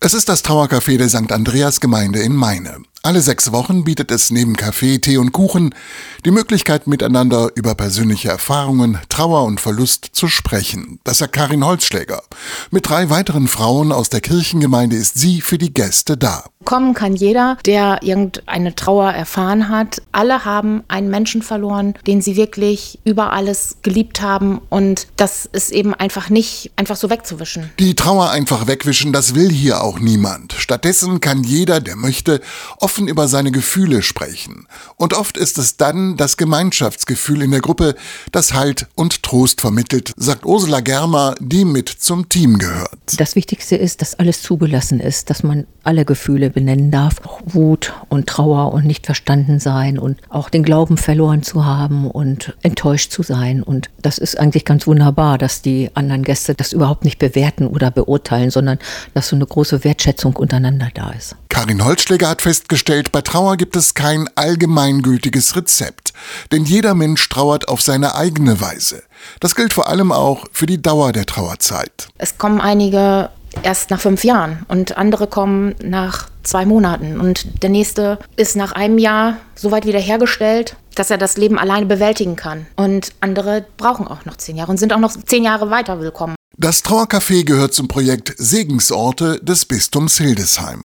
Es ist das Trauercafé der St. Andreas Gemeinde in Meine. Alle 6 Wochen bietet es neben Kaffee, Tee und Kuchen die Möglichkeit, miteinander über persönliche Erfahrungen, Trauer und Verlust zu sprechen. Das sagt Karin Holzschläger. Mit 3 weiteren Frauen aus der Kirchengemeinde ist sie für die Gäste da. Kommen kann jeder, der irgendeine Trauer erfahren hat. Alle haben einen Menschen verloren, den sie wirklich über alles geliebt haben. Und das ist eben einfach nicht einfach so wegzuwischen. Die Trauer einfach wegwischen, das will hier auch niemand. Stattdessen kann jeder, der möchte, offen über seine Gefühle sprechen. Und oft ist es dann das Gemeinschaftsgefühl in der Gruppe, das Halt und Trost vermittelt, sagt Ursula Germer, die mit zum Team gehört. Das Wichtigste ist, dass alles zugelassen ist, dass man alle Gefühle benennen darf. Auch Wut und Trauer und nicht verstanden sein und auch den Glauben verloren zu haben und enttäuscht zu sein. Und das ist eigentlich ganz wunderbar, dass die anderen Gäste das überhaupt nicht bewerten oder beurteilen, sondern dass so eine große Wertschätzung untereinander da ist. Karin Holzschläger hat festgestellt, bei Trauer gibt es kein allgemeingültiges Rezept. Denn jeder Mensch trauert auf seine eigene Weise. Das gilt vor allem auch für die Dauer der Trauerzeit. Es kommen einige erst nach 5 Jahren und andere kommen nach 2 Monaten. Und der nächste ist nach einem Jahr so weit wiederhergestellt, dass er das Leben alleine bewältigen kann. Und andere brauchen auch noch 10 Jahre und sind auch noch 10 Jahre weiter willkommen. Das Trauercafé gehört zum Projekt Segensorte des Bistums Hildesheim.